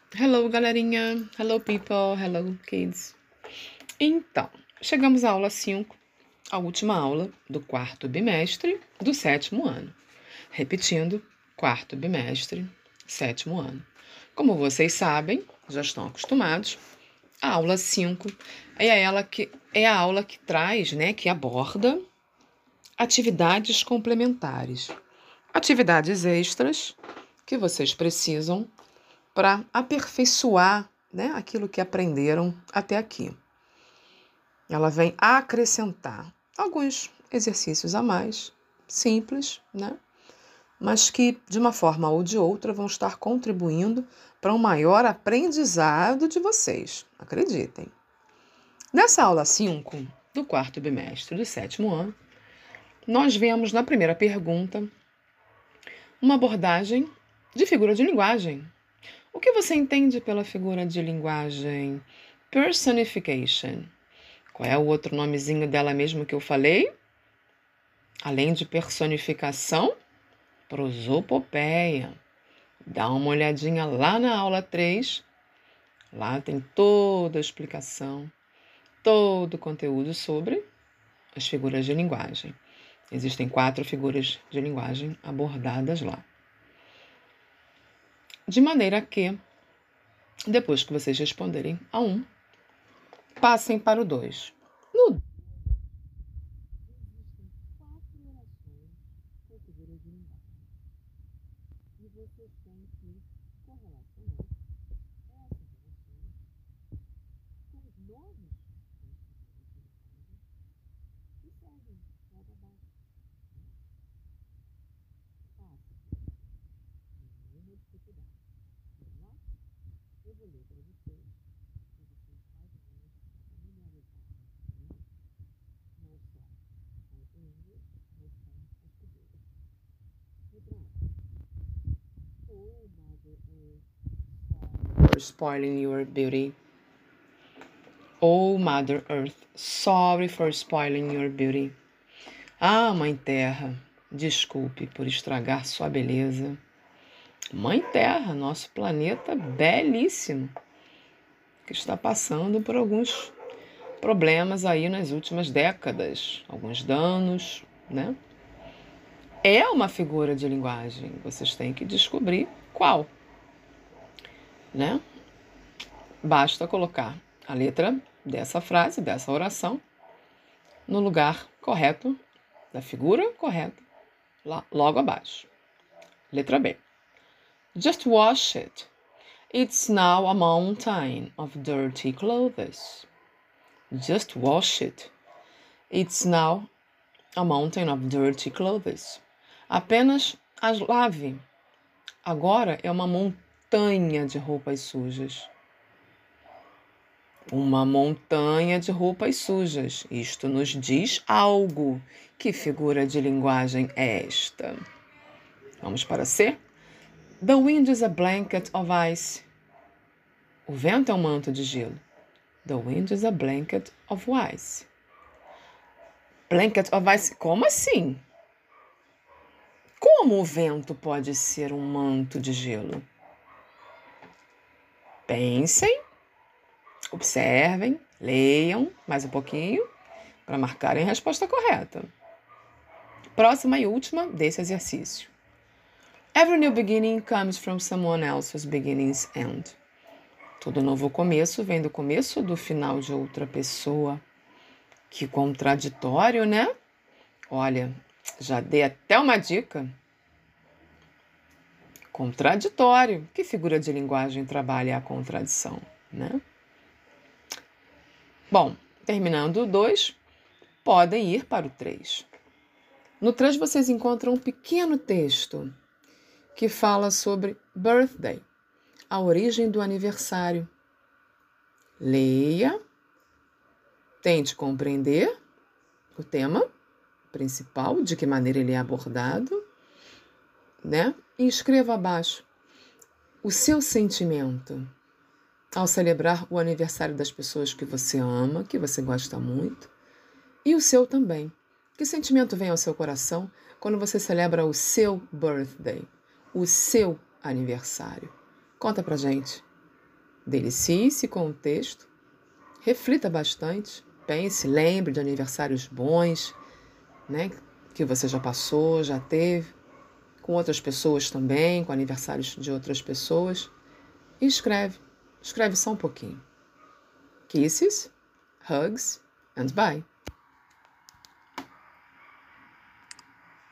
Hello, galerinha. Hello, people. Hello, kids. Então, chegamos à aula 5, a última aula do quarto bimestre do 7º ano. Repetindo, quarto bimestre, 7º ano. Como vocês sabem, já estão acostumados, a aula 5 é a aula que traz, que aborda atividades complementares, atividades extras que vocês precisam para aperfeiçoar, aquilo que aprenderam até aqui. Ela vem acrescentar alguns exercícios a mais, simples, mas que, de uma forma ou de outra, vão estar contribuindo para um maior aprendizado de vocês. Acreditem. Nessa aula 5 do quarto bimestre do 7º ano, nós vemos na primeira pergunta uma abordagem de figura de linguagem. O que você entende pela figura de linguagem personification? Qual é o outro nomezinho dela mesmo que eu falei? Além de personificação, prosopopeia. Dá uma olhadinha lá na aula 3. Lá tem toda a explicação, todo o conteúdo sobre as figuras de linguagem. Existem 4 figuras de linguagem abordadas lá. De maneira que, depois que vocês responderem a 1, passem para o 2. No e vocês têm que correlacionar essas relações com os nomes que seguem logo abaixo. Fácil. Nenhuma dificuldade. Vamos lá? Eu vou ler para vocês mais ou menos se familiarizarem, não só com o inglês, mas com as figuras. Letra A. Oh, Mother Earth, for spoiling your beauty. Oh, Mother Earth, sorry for spoiling your beauty. Ah, Mãe Terra, desculpe por estragar sua beleza. Mãe Terra, nosso planeta belíssimo, que está passando por alguns problemas aí nas últimas décadas, alguns danos, É uma figura de linguagem, vocês têm que descobrir qual, Basta colocar a letra dessa frase, dessa oração, no lugar correto, da figura correta, lá, logo abaixo. Letra B. Just wash it. It's now a mountain of dirty clothes. Just wash it. It's now a mountain of dirty clothes. Apenas as lave. Agora é uma montanha de roupas sujas. Uma montanha de roupas sujas. Isto nos diz algo. Que figura de linguagem é esta? Vamos para C. The wind is a blanket of ice. O vento é um manto de gelo. The wind is a blanket of ice. Blanket of ice? Como assim? Como o vento pode ser um manto de gelo? Pensem, observem, leiam mais um pouquinho para marcarem a resposta correta. Próxima e última desse exercício. Every new beginning comes from someone else's beginning's end. Todo novo começo vem do começo do final de outra pessoa. Que contraditório, né? Olha, já dei até uma dica. Contraditório. Que figura de linguagem trabalha a contradição, Bom, terminando o 2, podem ir para o 3. No 3 vocês encontram um pequeno texto que fala sobre birthday, a origem do aniversário. Leia, tente compreender o tema principal, de que maneira ele é abordado, E escreva abaixo o seu sentimento ao celebrar o aniversário das pessoas que você ama, que você gosta muito, e o seu também. Que sentimento vem ao seu coração quando você celebra o seu birthday, o seu aniversário? Conta pra gente. Delicie-se com o texto, reflita bastante, pense, lembre de aniversários bons, né, que você já passou, já teve, com outras pessoas também, com aniversários de outras pessoas, e escreve só um pouquinho. Kisses, hugs and bye.